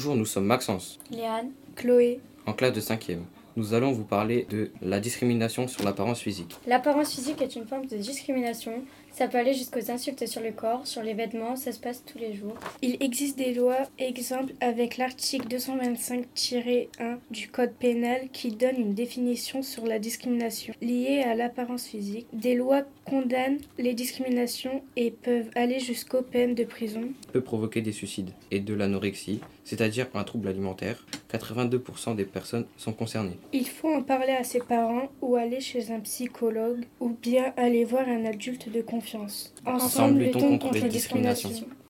Bonjour, nous sommes Maxence, Léane, Chloé. en classe de 5e. Nous allons vous parler de la discrimination sur l'apparence physique. l'apparence physique est une forme de discrimination. Ça peut aller jusqu'aux insultes sur le corps, sur les vêtements, ça se passe tous les jours. Il existe des lois, exemple avec l'article 225-1 du Code pénal qui donne une définition sur la discrimination liée à l'apparence physique. Des lois condamnent les discriminations et peuvent aller jusqu'aux peines de prison. Peut provoquer des suicides et de l'anorexie, c'est-à-dire un trouble alimentaire. 82% des personnes sont concernées. Il faut en parler à ses parents ou aller chez un psychologue ou bien aller voir un adulte de confiance. Ensemble, luttons contre les discriminations.